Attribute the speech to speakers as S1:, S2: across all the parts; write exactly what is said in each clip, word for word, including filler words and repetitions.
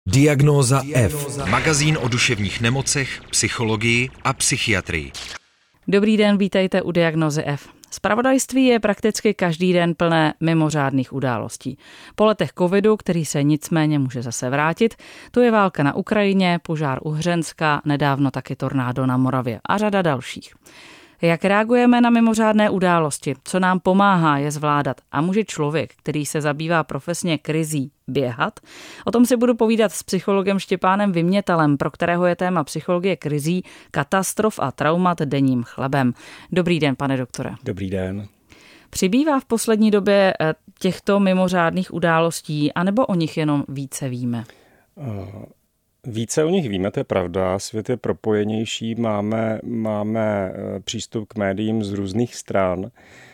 S1: Diagnóza F.
S2: Magazín o duševních nemocech, psychologii a psychiatrii.
S3: Dobrý den, vítejte u Diagnózy F. Zpravodajství je prakticky každý den plné mimořádných událostí. Po letech covidu, který se nicméně může zase vrátit, tu je válka na Ukrajině, požár u Hřenska, nedávno taky tornádo na Moravě a řada dalších. Jak reagujeme na mimořádné události? Co nám pomáhá je zvládat? A může člověk, který se zabývá profesně krizí, běhat? O tom si budu povídat s psychologem Štěpánem Vymětalem, pro kterého je téma psychologie krizí, katastrof a traumat denním chlebem. Dobrý den, pane doktore.
S4: Dobrý den.
S3: Přibývá v poslední době těchto mimořádných událostí, anebo o nich jenom více víme?
S4: Uh... Více o nich víme, to je pravda, svět je propojenější, máme, máme přístup k médiím z různých stran,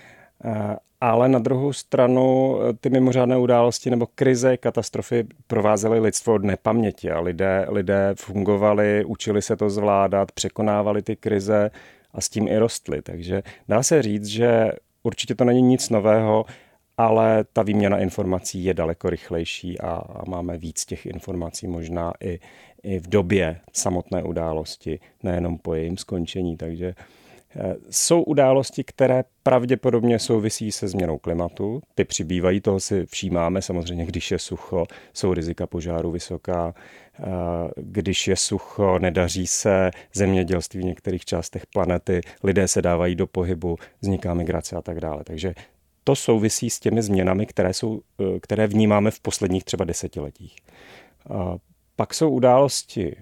S4: ale na druhou stranu ty mimořádné události nebo krize, katastrofy provázely lidstvo od nepaměti a lidé, lidé fungovali, učili se to zvládat, překonávali ty krize a s tím i rostli. Takže dá se říct, že určitě to není nic nového, ale ta výměna informací je daleko rychlejší a, a máme víc těch informací možná i, i v době samotné události, nejenom po jejím skončení. Takže e, jsou události, které pravděpodobně souvisí se změnou klimatu. Ty přibývají, toho si všímáme samozřejmě, když je sucho, jsou rizika požáru vysoká. E, když je sucho, nedaří se zemědělství v některých částech planety, lidé se dávají do pohybu, vzniká migrace a tak dále. Takže to souvisí s těmi změnami, které, jsou, které vnímáme v posledních třeba desetiletích. A pak jsou události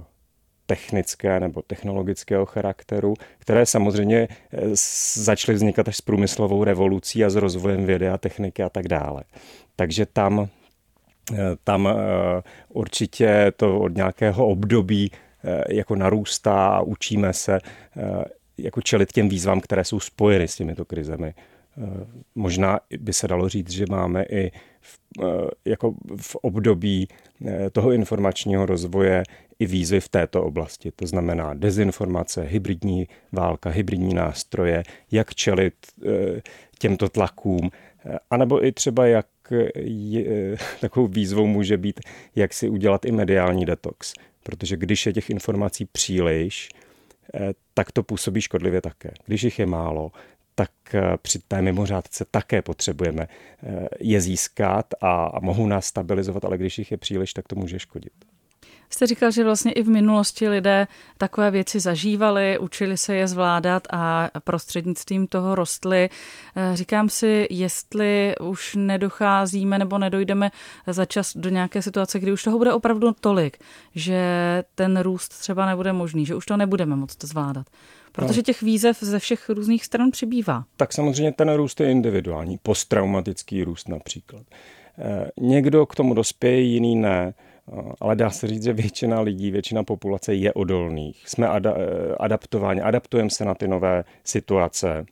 S4: technické nebo technologického charakteru, které samozřejmě začaly vznikat až s průmyslovou revolucí a s rozvojem vědy a techniky a tak dále. Takže tam, tam určitě to od nějakého období jako narůstá a učíme se jako čelit těm výzvám, které jsou spojeny s těmito krizemi. Možná by se dalo říct, že máme i v, jako v období toho informačního rozvoje i výzvy v této oblasti. To znamená dezinformace, hybridní válka, hybridní nástroje, jak čelit těmto tlakům, anebo i třeba jak je, takovou výzvou může být, jak si udělat i mediální detox. Protože když je těch informací příliš, tak to působí škodlivě také. Když jich je málo, tak při té mimořádce také potřebujeme je získat a mohou nás stabilizovat, ale když jich je příliš, tak to může škodit.
S3: Jste říkal, že vlastně i v minulosti lidé takové věci zažívali, učili se je zvládat a prostřednictvím toho rostli. Říkám si, jestli už nedocházíme nebo nedojdeme za čas do nějaké situace, kdy už toho bude opravdu tolik, že ten růst třeba nebude možný, že už to nebudeme moct zvládat. Protože těch výzev ze všech různých stran přibývá.
S4: Tak samozřejmě ten růst je individuální, posttraumatický růst například. Někdo k tomu dospěje, jiný ne, ale dá se říct, že většina lidí, většina populace je odolných. Jsme ada- adaptováni, adaptujeme se na ty nové situace.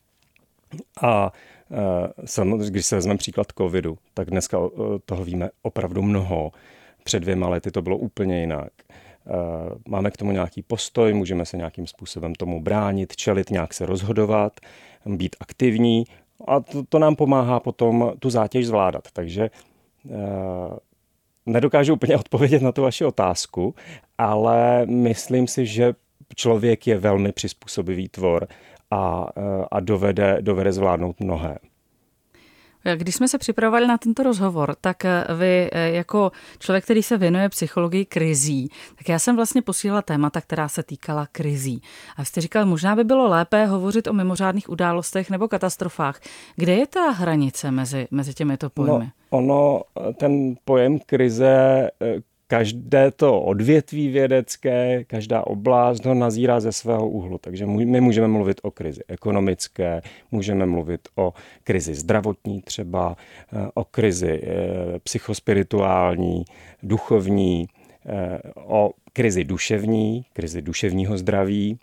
S4: A samozřejmě, když se vezmeme příklad covidu, tak dneska toho víme opravdu mnoho. Před dvěma lety to bylo úplně jinak. Máme k tomu nějaký postoj, můžeme se nějakým způsobem tomu bránit, čelit, nějak se rozhodovat, být aktivní a to, to nám pomáhá potom tu zátěž zvládat. Takže eh, nedokážu úplně odpovědět na tu vaši otázku, ale myslím si, že člověk je velmi přizpůsobivý tvor a, a dovede, dovede zvládnout mnohé.
S3: Když jsme se připravovali na tento rozhovor, tak vy jako člověk, který se věnuje psychologii krizí, tak já jsem vlastně posílala témata, která se týkala krizí. A jste říkal, možná by bylo lépe hovořit o mimořádných událostech nebo katastrofách. Kde je ta hranice mezi, mezi těmito pojmy?
S4: No, ono, ten pojem krize, každé to odvětví vědecké, každá oblast ho nazírá ze svého úhlu. Takže my můžeme mluvit o krizi ekonomické, můžeme mluvit o krizi zdravotní třeba, o krizi psychospirituální, duchovní, o krizi duševní, krizi duševního zdraví.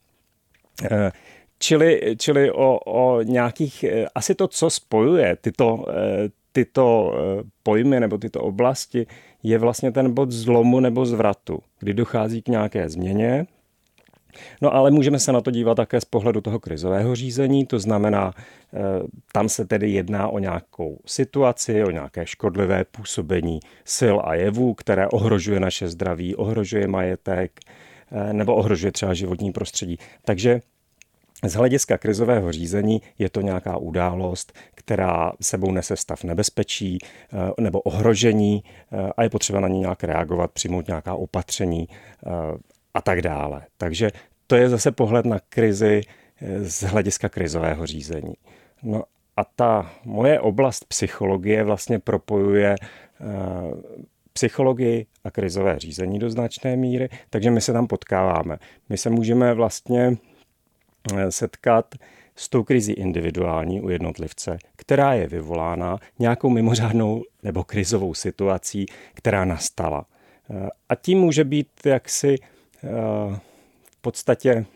S4: Čili, čili o, o nějakých, asi to, co spojuje tyto, tyto pojmy nebo tyto oblasti, je vlastně ten bod zlomu nebo zvratu, kdy dochází k nějaké změně No ale můžeme se na to dívat také z pohledu toho krizového řízení, to znamená, tam se tedy jedná o nějakou situaci, o nějaké škodlivé působení sil a jevů, které ohrožuje naše zdraví, ohrožuje majetek nebo ohrožuje třeba životní prostředí. Takže z hlediska krizového řízení je to nějaká událost, která sebou nese stav nebezpečí nebo ohrožení a je potřeba na ní nějak reagovat, přijmout nějaká opatření a tak dále. Takže to je zase pohled na krizi z hlediska krizového řízení. No a ta moje oblast psychologie vlastně propojuje psychologii a krizové řízení do značné míry, takže my se tam potkáváme. My se můžeme vlastně setkat s tou krizí individuální u jednotlivce, která je vyvolána nějakou mimořádnou nebo krizovou situací, která nastala. A tím může být jaksi v podstatě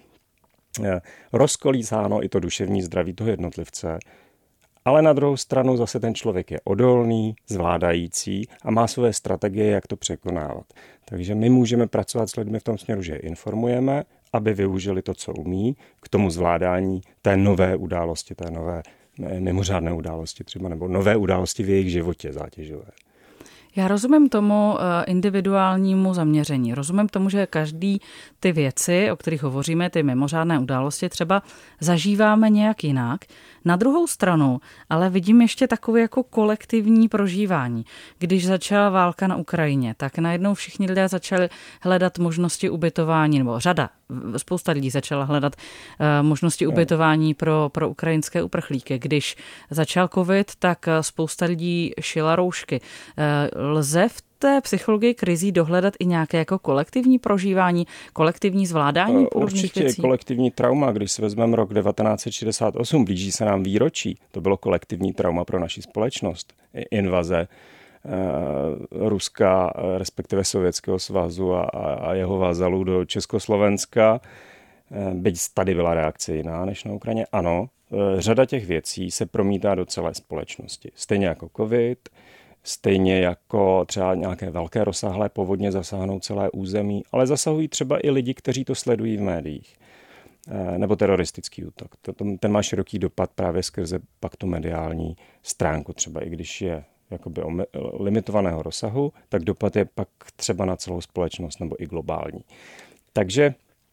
S4: rozkolísáno i to duševní zdraví toho jednotlivce, ale na druhou stranu zase ten člověk je odolný, zvládající a má své strategie, jak to překonávat. Takže my můžeme pracovat s lidmi v tom směru, že je informujeme, aby využili to, co umí, k tomu zvládání té nové události, té nové mimořádné události třeba, nebo nové události v jejich životě zátěžové.
S3: Já rozumím tomu individuálnímu zaměření. Rozumím tomu, že každý ty věci, o kterých hovoříme, ty mimořádné události, třeba zažíváme nějak jinak. Na druhou stranu ale vidím ještě takové jako kolektivní prožívání. Když začala válka na Ukrajině, tak najednou všichni lidé začali hledat možnosti ubytování, nebo řada, spousta lidí začala hledat uh, možnosti ubytování pro, pro ukrajinské uprchlíky. Když začal covid, tak spousta lidí šila roušky. Uh, lze v té psychologii krizí dohledat i nějaké jako kolektivní prožívání, kolektivní zvládání podobných
S4: Určitě
S3: věcí?
S4: kolektivní trauma, když si vezmeme rok devatenáct set šedesát osm, blíží se nám výročí, to bylo kolektivní trauma pro naši společnost. Invaze eh, Ruska, respektive Sovětského svazu a, a jeho vazalů do Československa, eh, byť tady byla reakce jiná než na Ukrajině. Ano, eh, řada těch věcí se promítá do celé společnosti. Stejně jako covid, stejně jako třeba nějaké velké rozsáhlé povodně zasáhnou celé území, ale zasahují třeba i lidi, kteří to sledují v médiích. Nebo teroristický útok. Ten má široký dopad právě skrze pak tu mediální stránku, třeba i když je jakoby limitovaného rozsahu, tak dopad je pak třeba na celou společnost nebo i globální. Takže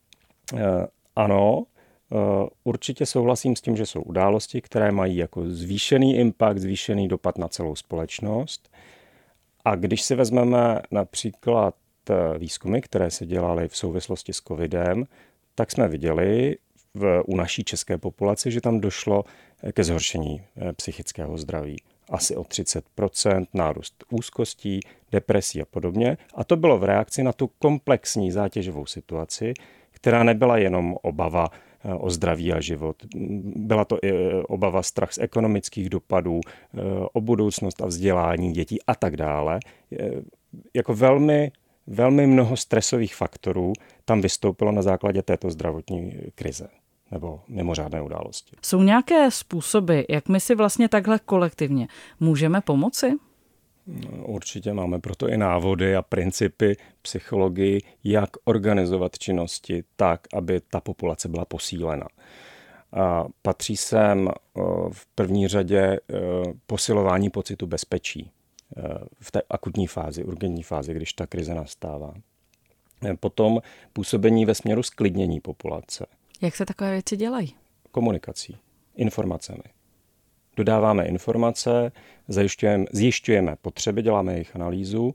S4: ano, určitě souhlasím s tím, že jsou události, které mají jako zvýšený impact, zvýšený dopad na celou společnost. A když si vezmeme například výzkumy, které se dělaly v souvislosti s covidem, tak jsme viděli v, u naší české populace, že tam došlo ke zhoršení psychického zdraví. Asi o třicet procent nárůst úzkostí, depresí a podobně. A to bylo v reakci na tu komplexní zátěžovou situaci, která nebyla jenom obava o zdraví a život. Byla to i obava, strach z ekonomických dopadů, o budoucnost a vzdělání dětí a tak dále. Jako velmi, velmi mnoho stresových faktorů tam vystoupilo na základě této zdravotní krize nebo mimořádné události.
S3: Jsou nějaké způsoby, jak my si vlastně takhle kolektivně můžeme pomoci?
S4: Určitě máme proto i návody a principy psychologii, jak organizovat činnosti tak, aby ta populace byla posílena. A patří sem v první řadě posilování pocitu bezpečí v té akutní fázi, urgentní fázi, když ta krize nastává. Potom působení ve směru zklidnění populace.
S3: Jak se takové věci dělají?
S4: Komunikací, informacemi. Dodáváme informace, zajišťujeme, zjišťujeme potřeby, děláme jejich analýzu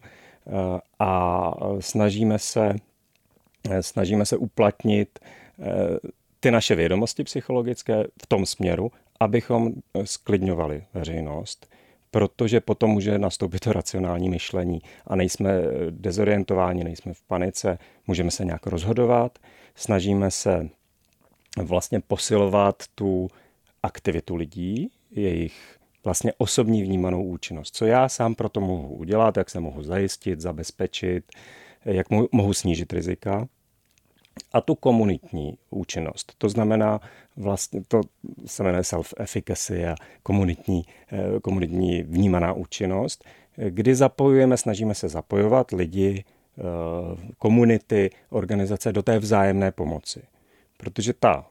S4: a snažíme se, snažíme se uplatnit ty naše vědomosti psychologické v tom směru, abychom sklidňovali veřejnost, protože potom může nastoupit to racionální myšlení a nejsme dezorientováni, nejsme v panice, můžeme se nějak rozhodovat, snažíme se vlastně posilovat tu aktivitu lidí, jejich vlastně osobní vnímanou účinnost. Co já sám pro to mohu udělat, jak se mohu zajistit, zabezpečit, jak mohu snížit rizika. A tu komunitní účinnost. To znamená, vlastně to se jmenuje self-efficacy a komunitní, komunitní vnímaná účinnost, kdy zapojujeme, snažíme se zapojovat lidi, komunity, organizace do té vzájemné pomoci. protože ta,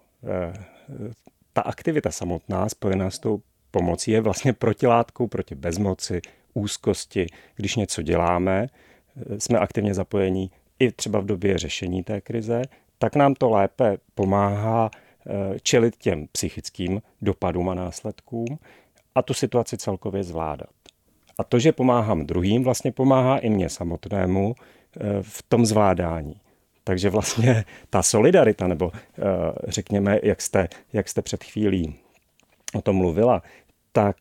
S4: ta aktivita samotná spojená s tou pomocí je vlastně protilátkou proti bezmoci, úzkosti. Když něco děláme, jsme aktivně zapojení i třeba v době řešení té krize, tak nám to lépe pomáhá čelit těm psychickým dopadům a následkům a tu situaci celkově zvládat. A to, že pomáhám druhým, vlastně pomáhá i mně samotnému v tom zvládání. Takže vlastně ta solidarita, nebo řekněme, jak jste, jak jste před chvílí o tom mluvila, tak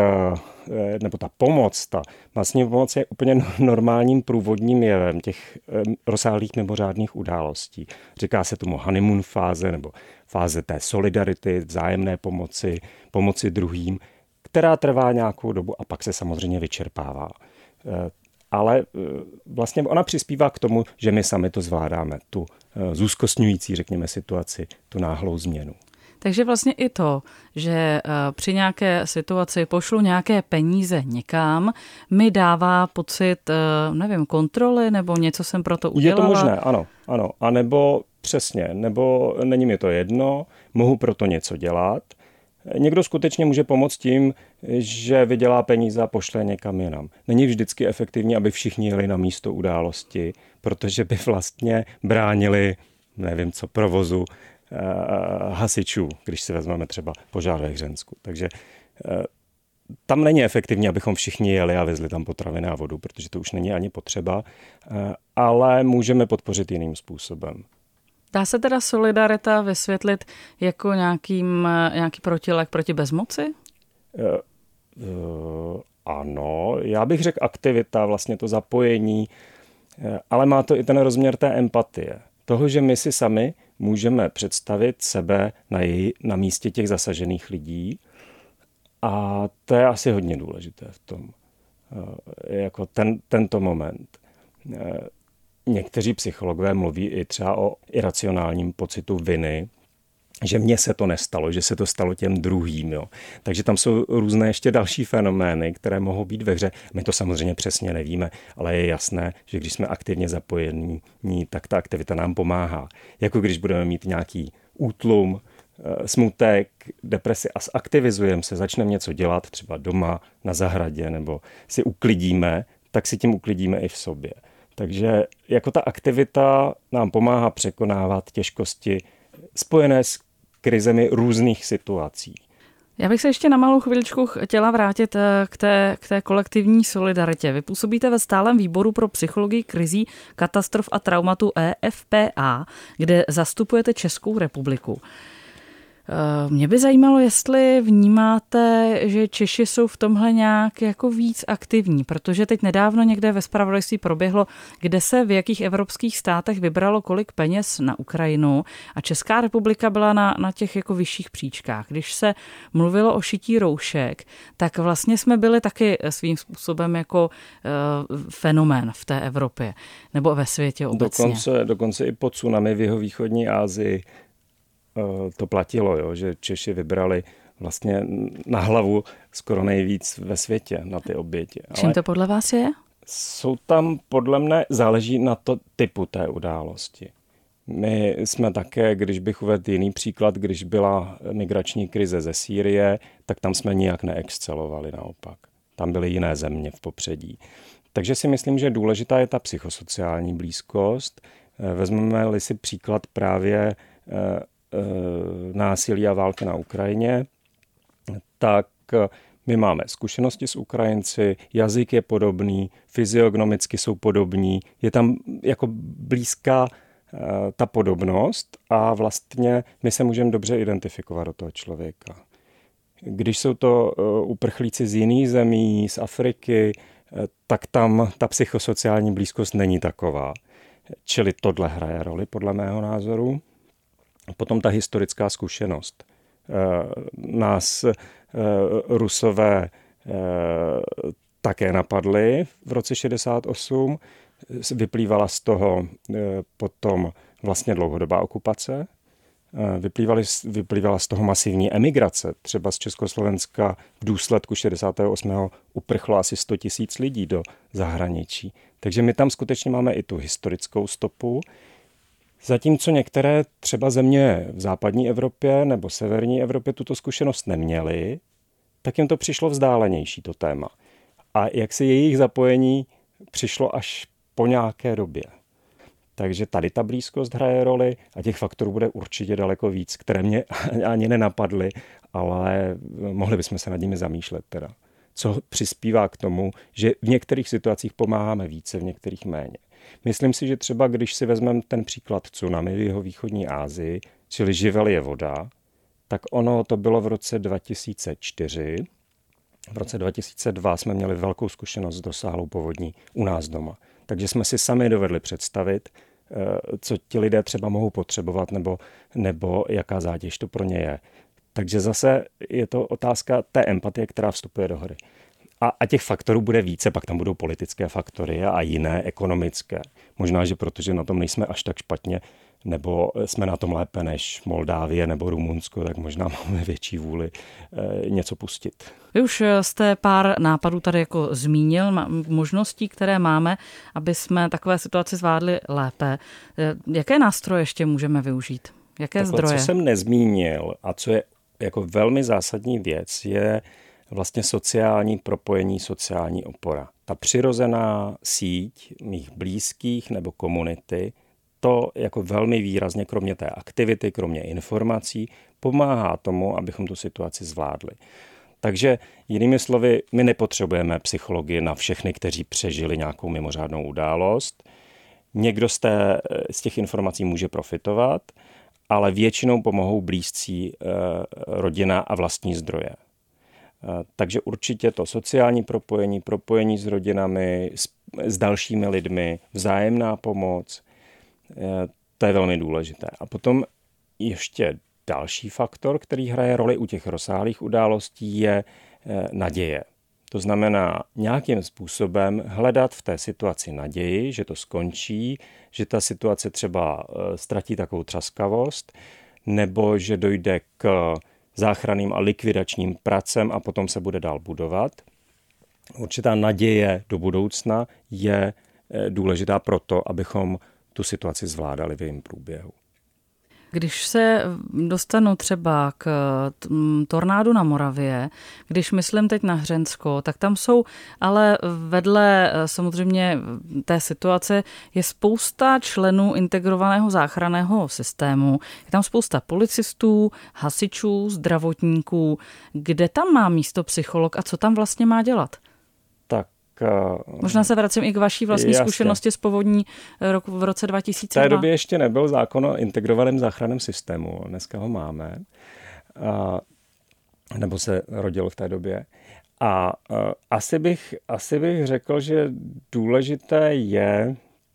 S4: nebo ta pomoc, ta vlastně pomoc je úplně normálním průvodním jevem těch rozsáhlých mimořádných událostí. Říká se tomu honeymoon fáze nebo fáze té solidarity, vzájemné pomoci, pomoci druhým, která trvá nějakou dobu a pak se samozřejmě vyčerpává. Ale vlastně ona přispívá k tomu, že my sami to zvládáme, tu zúzkostňující, řekněme, situaci, tu náhlou změnu.
S3: Takže vlastně i to, že při nějaké situaci pošlu nějaké peníze někam, mi dává pocit, nevím, kontroly, nebo něco jsem pro to udělala?
S4: Je to možné, ano, ano. A nebo přesně, nebo není mi to jedno, mohu pro to něco dělat. Někdo skutečně může pomoct tím, že vydělá peníze a pošle někam jinam. Není vždycky efektivní, aby všichni jeli na místo události, protože by vlastně bránili, nevím co, provozu hasičů, když si vezmeme třeba požár ve Hřensku. Takže tam není efektivní, abychom všichni jeli a vezli tam potraviny a vodu, protože to už není ani potřeba, ale můžeme podpořit jiným způsobem.
S3: Dá se teda solidarita vysvětlit jako nějakým, nějaký protilek proti bezmoci?
S4: Uh, uh, ano, já bych řekl aktivita, vlastně to zapojení, ale má to i ten rozměr té empatie. Toho, že my si sami můžeme představit sebe na, jej, na místě těch zasažených lidí a to je asi hodně důležité v tom, uh, jako ten, tento moment. Uh, Někteří psychologové mluví i třeba o iracionálním pocitu viny, že mně se to nestalo, že se to stalo těm druhým. Jo. Takže tam jsou různé ještě další fenomény, které mohou být ve hře. My to samozřejmě přesně nevíme, ale je jasné, že když jsme aktivně zapojení, tak ta aktivita nám pomáhá. Jako když budeme mít nějaký útlum, smutek, depresi a zaktivizujeme se, začneme něco dělat třeba doma, na zahradě nebo si uklidíme, tak si tím uklidíme i v sobě. Takže jako ta aktivita nám pomáhá překonávat těžkosti spojené s krizemi různých situací.
S3: Já bych se ještě na malou chviličku chtěla vrátit k té, k té kolektivní solidaritě. Vy působíte ve stálem výboru pro psychologii krizí, katastrof a traumatu E F P A, kde zastupujete Českou republiku. Mě by zajímalo, jestli vnímáte, že Češi jsou v tomhle nějak jako víc aktivní, protože teď nedávno někde ve zpravodajství proběhlo, kde se v jakých evropských státech vybralo kolik peněz na Ukrajinu a Česká republika byla na, na těch jako vyšších příčkách. Když se mluvilo o šití roušek, tak vlastně jsme byli taky svým způsobem jako uh, fenomén v té Evropě nebo ve světě obecně.
S4: Dokonce, dokonce i po tsunami v jihovýchodní Asii to platilo, jo, že Češi vybrali vlastně na hlavu skoro nejvíc ve světě na ty oběti.
S3: Čím to podle vás je?
S4: Jsou tam, podle mne, záleží na to typu té události. My jsme také, když bych uvedl jiný příklad, když byla migrační krize ze Sýrie, tak tam jsme nijak neexcelovali naopak. Tam byly jiné země v popředí. Takže si myslím, že důležitá je ta psychosociální blízkost. Vezmeme-li si příklad právě násilí a války na Ukrajině, tak my máme zkušenosti s Ukrajinci, jazyk je podobný, fyziognomicky jsou podobní, je tam jako blízká ta podobnost a vlastně my se můžeme dobře identifikovat do toho člověka. Když jsou to uprchlíci z jiných zemí, z Afriky, tak tam ta psychosociální blízkost není taková. Čili tohle hraje roli podle mého názoru. Potom ta historická zkušenost. Nás Rusové také napadli v roce šedesát osm. Vyplývala z toho potom vlastně dlouhodobá okupace. Vyplývaly, vyplývala z toho masivní emigrace. Třeba z Československa v důsledku šedesátého osmého uprchlo asi sto tisíc lidí do zahraničí. Takže my tam skutečně máme i tu historickou stopu. Zatímco některé třeba země v západní Evropě nebo severní Evropě tuto zkušenost neměly, tak jim to přišlo vzdálenější to téma. A jak si jejich zapojení přišlo až po nějaké době. Takže tady ta blízkost hraje roli a těch faktorů bude určitě daleko víc, které mě ani nenapadly, ale mohli bychom se nad nimi zamýšlet teda. Co přispívá k tomu, že v některých situacích pomáháme více, v některých méně. Myslím si, že třeba když si vezmeme ten příklad tsunami v jihovýchodní Asii, čili živel je voda, tak ono to bylo v roce dva tisíce čtyři. V roce dva tisíce dva jsme měli velkou zkušenost s dosáhlou povodní u nás doma. Takže jsme si sami dovedli představit, co ti lidé třeba mohou potřebovat nebo, nebo jaká zátěž to pro ně je. Takže zase je to otázka té empatie, která vstupuje do hry. A, a těch faktorů bude více, pak tam budou politické faktory a jiné ekonomické. Možná, že protože na tom nejsme až tak špatně, nebo jsme na tom lépe než Moldávie nebo Rumunsko, tak možná máme větší vůli e, něco pustit.
S3: Vy už jste pár nápadů tady jako zmínil, možností, které máme, aby jsme takové situace zvládli lépe. Jaké nástroje ještě můžeme využít? Jaké
S4: Takhle,
S3: zdroje?
S4: Co jsem nezmínil a co je jako velmi zásadní věc, je vlastně sociální propojení, sociální opora. Ta přirozená síť mých blízkých nebo komunity, to jako velmi výrazně, kromě té aktivity, kromě informací, pomáhá tomu, abychom tu situaci zvládli. Takže jinými slovy, my nepotřebujeme psychologii na všechny, kteří přežili nějakou mimořádnou událost. Někdo z, té, z těch informací může profitovat, ale většinou pomohou blízcí, rodina a vlastní zdroje. Takže určitě to sociální propojení, propojení s rodinami, s, s dalšími lidmi, vzájemná pomoc, to je velmi důležité. A potom ještě další faktor, který hraje roli u těch rozsáhlých událostí, je naděje. To znamená nějakým způsobem hledat v té situaci naději, že to skončí, že ta situace třeba ztratí takovou třaskavost, nebo že dojde k záchranným a likvidačním pracem a potom se bude dál budovat. Určitá naděje do budoucna je důležitá proto, abychom tu situaci zvládali v jejím průběhu.
S3: Když se dostanu třeba k tornádu na Moravě, když myslím teď na Hřensko, tak tam jsou, ale vedle samozřejmě té situace je spousta členů integrovaného záchranného systému. Je tam spousta policistů, hasičů, zdravotníků. Kde tam má místo psycholog a co tam vlastně má dělat?
S4: Tak
S3: možná se vracím i k vaší vlastní
S4: jasně.
S3: zkušenosti z povodní roku v roce dva tisíce dva.
S4: V té době ještě nebyl zákon o integrovaném záchranném systému. Dneska ho máme. A, nebo se rodil v té době. A, a asi, bych, asi bych řekl, že důležité je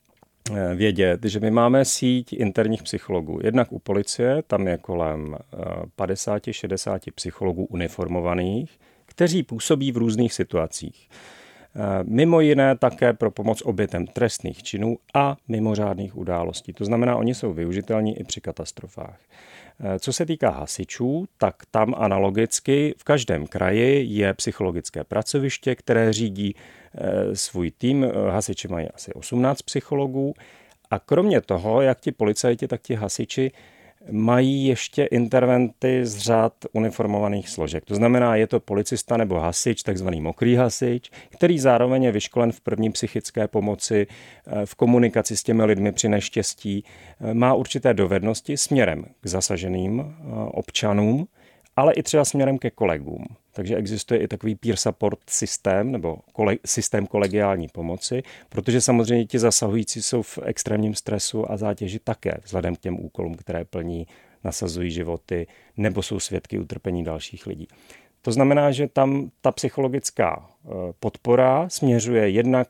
S4: vědět, že my máme síť interních psychologů. Jednak u policie, tam je kolem padesát až šedesát psychologů uniformovaných, kteří působí v různých situacích. Mimo jiné také pro pomoc obětem trestných činů a mimořádných událostí. To znamená, oni jsou využitelní i při katastrofách. Co se týká hasičů, tak tam analogicky v každém kraji je psychologické pracoviště, které řídí svůj tým. Hasiči mají asi osmnáct psychologů a kromě toho, jak ti policajti, tak ti hasiči mají ještě interventy z řad uniformovaných složek. To znamená, je to policista nebo hasič, takzvaný mokrý hasič, který zároveň je vyškolen v první psychické pomoci, v komunikaci s těmi lidmi při neštěstí, má určité dovednosti směrem k zasaženým občanům, ale i třeba směrem ke kolegům. Takže existuje i takový peer support systém nebo kole, systém kolegiální pomoci, protože samozřejmě ti zasahující jsou v extrémním stresu a zátěži také, vzhledem k těm úkolům, které plní, nasazují životy nebo jsou svědky utrpení dalších lidí. To znamená, že tam ta psychologická podpora směřuje jednak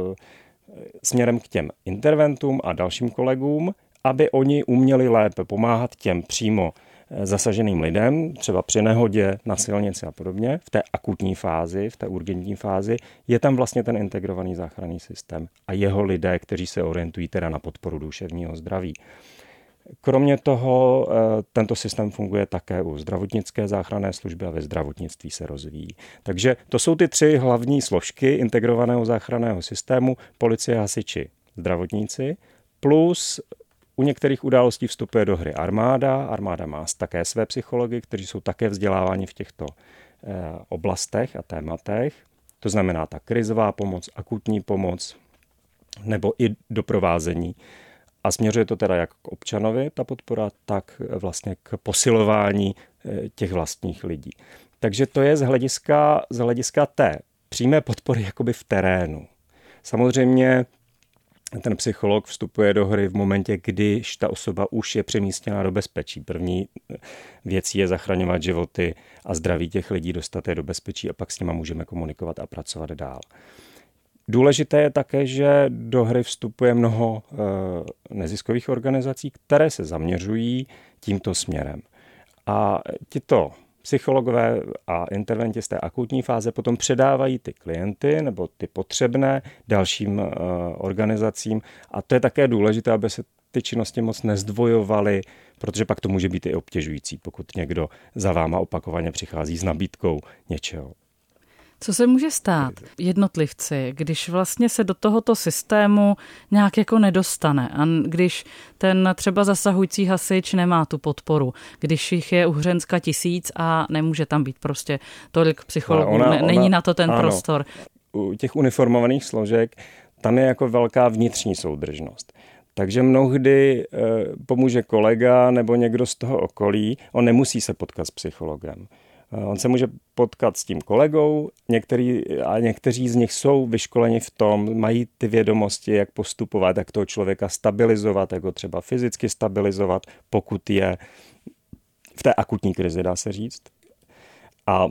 S4: směrem k těm interventům a dalším kolegům, aby oni uměli lépe pomáhat těm přímo zasaženým lidem, třeba při nehodě na silnici a podobně, v té akutní fázi, v té urgentní fázi, je tam vlastně ten integrovaný záchranný systém a jeho lidé, kteří se orientují teda na podporu duševního zdraví. Kromě toho tento systém funguje také u zdravotnické záchranné služby a ve zdravotnictví se rozvíjí. Takže to jsou ty tři hlavní složky integrovaného záchranného systému, policie, hasiči, zdravotníci, plus U některých událostí vstupuje do hry armáda. Armáda má také své psychology, kteří jsou také vzděláváni v těchto oblastech a tématech. To znamená ta krizová pomoc, akutní pomoc nebo i doprovázení. A směřuje to teda jak k občanovi, ta podpora, tak vlastně k posilování těch vlastních lidí. Takže to je z hlediska, z hlediska té přímé podpory jakoby v terénu. Samozřejmě ten psycholog vstupuje do hry v momentě, když ta osoba už je přemístěna do bezpečí. První věcí je zachraňovat životy a zdraví těch lidí, dostat je do bezpečí a pak s nima můžeme komunikovat a pracovat dál. Důležité je také, že do hry vstupuje mnoho e, neziskových organizací, které se zaměřují tímto směrem. A tito psychologové a interventi z té akutní fáze potom předávají ty klienty nebo ty potřebné dalším e, organizacím. A to je také důležité, aby se ty činnosti moc nezdvojovaly, protože pak to může být i obtěžující, pokud někdo za váma opakovaně přichází s nabídkou něčeho.
S3: Co se může stát jednotlivci, když vlastně se do tohoto systému nějak jako nedostane a když ten třeba zasahující hasič nemá tu podporu, když jich je u Hřenska tisíc a nemůže tam být prostě tolik psychologů, ona, ona, není na to ten ano, prostor.
S4: U těch uniformovaných složek tam je jako velká vnitřní soudržnost. Takže mnohdy e, pomůže kolega nebo někdo z toho okolí, on nemusí se potkat s psychologem. On se může potkat s tím kolegou, některý, a někteří z nich jsou vyškoleni v tom, mají ty vědomosti, jak postupovat, jak toho člověka stabilizovat, jak ho třeba fyzicky stabilizovat, pokud je v té akutní krizi, dá se říct. A,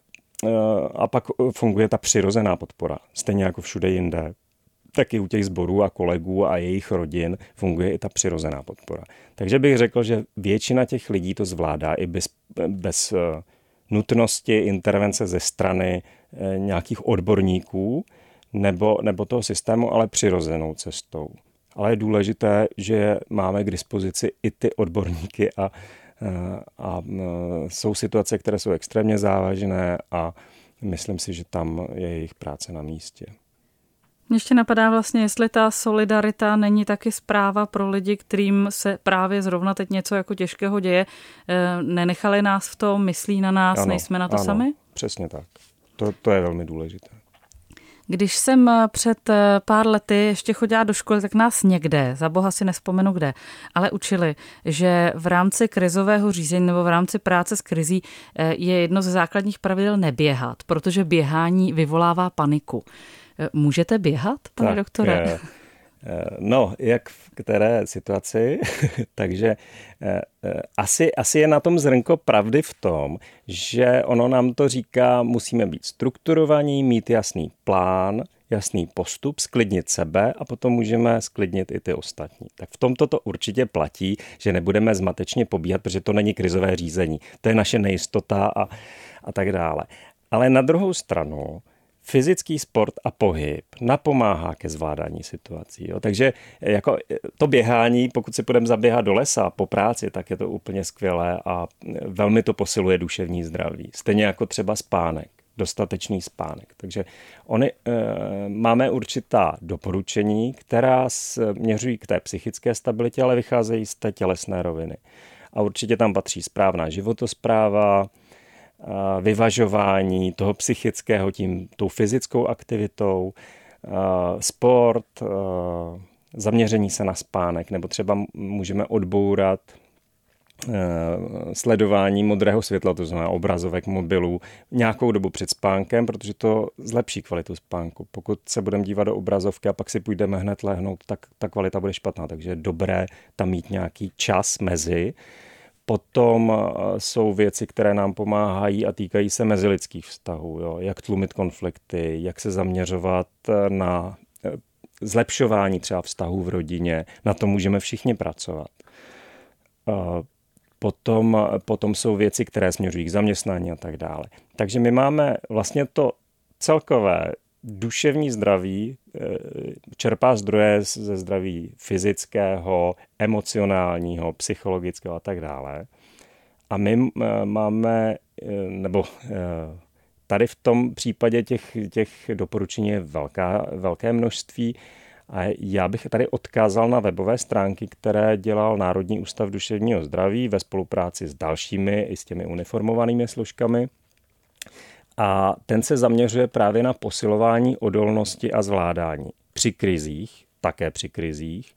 S4: a pak funguje ta přirozená podpora, stejně jako všude jinde. Taky u těch sborů a kolegů a jejich rodin funguje i ta přirozená podpora. Takže bych řekl, že většina těch lidí to zvládá i bez, bez nutnosti intervence ze strany e, nějakých odborníků nebo, nebo toho systému, ale přirozenou cestou. Ale je důležité, že máme k dispozici i ty odborníky a, a, a jsou situace, které jsou extrémně závažné a myslím si, že tam je jejich práce na místě.
S3: Mě ještě napadá vlastně, jestli ta solidarita není taky zpráva pro lidi, kterým se právě zrovna teď něco jako těžkého děje. Nenechali nás v tom, myslí na nás, ano, nejsme na to
S4: ano,
S3: sami?
S4: Přesně tak. To, to je velmi důležité.
S3: Když jsem před pár lety ještě chodila do školy, tak nás někde, za boha si nevzpomenu kde, ale učili, že v rámci krizového řízení nebo v rámci práce s krizí je jedno ze základních pravidel neběhat, protože běhání vyvolává paniku. Můžete běhat, pane tak, doktore?
S4: No, jak v které situaci, takže asi, asi je na tom zrnko pravdy v tom, že ono nám to říká, musíme být strukturovaní, mít jasný plán, jasný postup, sklidnit sebe a potom můžeme sklidnit i ty ostatní. Tak v tomto to určitě platí, že nebudeme zmatečně pobíhat, protože to není krizové řízení. To je naše nejistota a, a tak dále. Ale na druhou stranu fyzický sport a pohyb napomáhá ke zvládání situací. Jo. Takže jako to běhání, pokud si půjdeme zaběhat do lesa po práci, tak je to úplně skvělé a velmi to posiluje duševní zdraví. Stejně jako třeba spánek, dostatečný spánek. Takže oni, e, máme určitá doporučení, která směřují k té psychické stabilitě, ale vycházejí z té tělesné roviny. A určitě tam patří správná životospráva, vyvažování toho psychického tím, tou fyzickou aktivitou, sport, zaměření se na spánek, nebo třeba můžeme odbourat sledování modrého světla, to znamená obrazovek mobilů, nějakou dobu před spánkem, protože to zlepší kvalitu spánku. Pokud se budeme dívat do obrazovky a pak si půjdeme hned lehnout, tak ta kvalita bude špatná, takže je dobré tam mít nějaký čas mezi. Potom jsou věci, které nám pomáhají a týkají se mezilidských vztahů. Jo? Jak tlumit konflikty, jak se zaměřovat na zlepšování třeba vztahů v rodině. Na to můžeme všichni pracovat. Potom, potom jsou věci, které směřují k zaměstnání a tak dále. Takže my máme vlastně to celkové duševní zdraví, čerpá zdroje ze zdraví fyzického, emocionálního, psychologického a tak dále. A my máme, nebo tady v tom případě těch, těch doporučení je velká, velké množství A já bych tady odkázal na webové stránky, které dělal Národní ústav duševního zdraví ve spolupráci s dalšími i s těmi uniformovanými složkami. A ten se zaměřuje právě na posilování odolnosti a zvládání při krizích, také při krizích.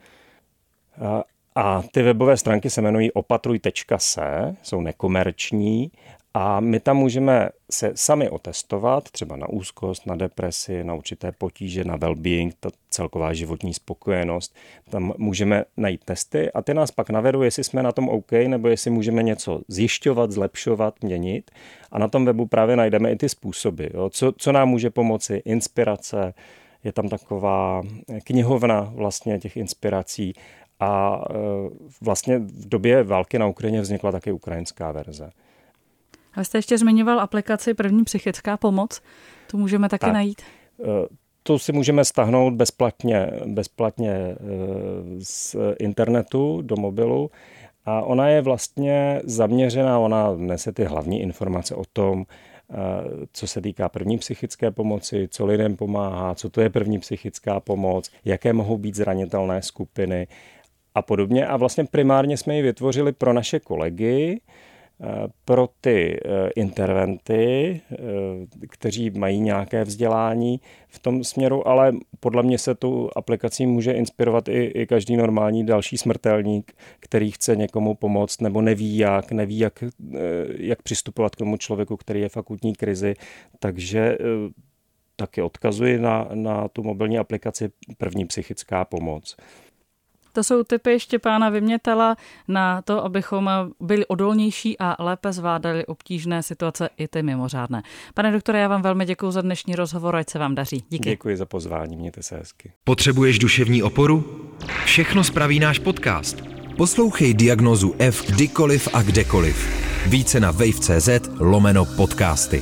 S4: A ty webové stránky se jmenují opatruj tečka se, jsou nekomerční a my tam můžeme se sami otestovat, třeba na úzkost, na depresi, na určité potíže, na well-being, ta celková životní spokojenost. Tam můžeme najít testy a ty nás pak navedou, jestli jsme na tom OK, nebo jestli můžeme něco zjišťovat, zlepšovat, měnit. A na tom webu právě najdeme i ty způsoby, jo? Co, co nám může pomoci, inspirace, je tam taková knihovna vlastně těch inspirací. A vlastně v době války na Ukrajině vznikla také ukrajinská verze.
S3: A jste ještě zmiňoval aplikaci První psychická pomoc. To můžeme taky
S4: tak,
S3: najít?
S4: To si můžeme stáhnout bezplatně, bezplatně z internetu do mobilu. A ona je vlastně zaměřená, ona nese ty hlavní informace o tom, co se týká první psychické pomoci, co lidem pomáhá, co to je první psychická pomoc, jaké mohou být zranitelné skupiny a podobně. A vlastně primárně jsme ji vytvořili pro naše kolegy, pro ty interventy, kteří mají nějaké vzdělání v tom směru, ale podle mě se tu aplikací může inspirovat i, i každý normální další smrtelník, který chce někomu pomoct nebo neví jak, neví jak, jak přistupovat k tomu člověku, který je v akutní krizi. Takže taky odkazuji na, na tu mobilní aplikaci První psychická pomoc.
S3: To jsou tipy Štěpána Vymětala na to, abychom byli odolnější a lépe zvládali obtížné situace i ty mimořádné. Pane doktore, já vám velmi děkuji za dnešní rozhovor, ať se vám daří. Díky.
S4: Děkuji za pozvání, mějte se hezky.
S2: Potřebuješ duševní oporu? Všechno spraví náš podcast.
S1: Poslouchej Diagnózu F kdykoliv a kdekoliv. Více na wave tečka cé zet lomeno podcasty.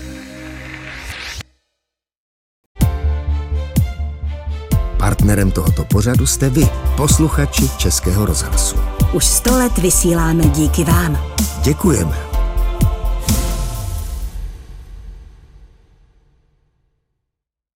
S5: Partnerem tohoto pořadu jste vy, posluchači Českého rozhlasu.
S6: Už sto let vysíláme díky vám.
S5: Děkujeme.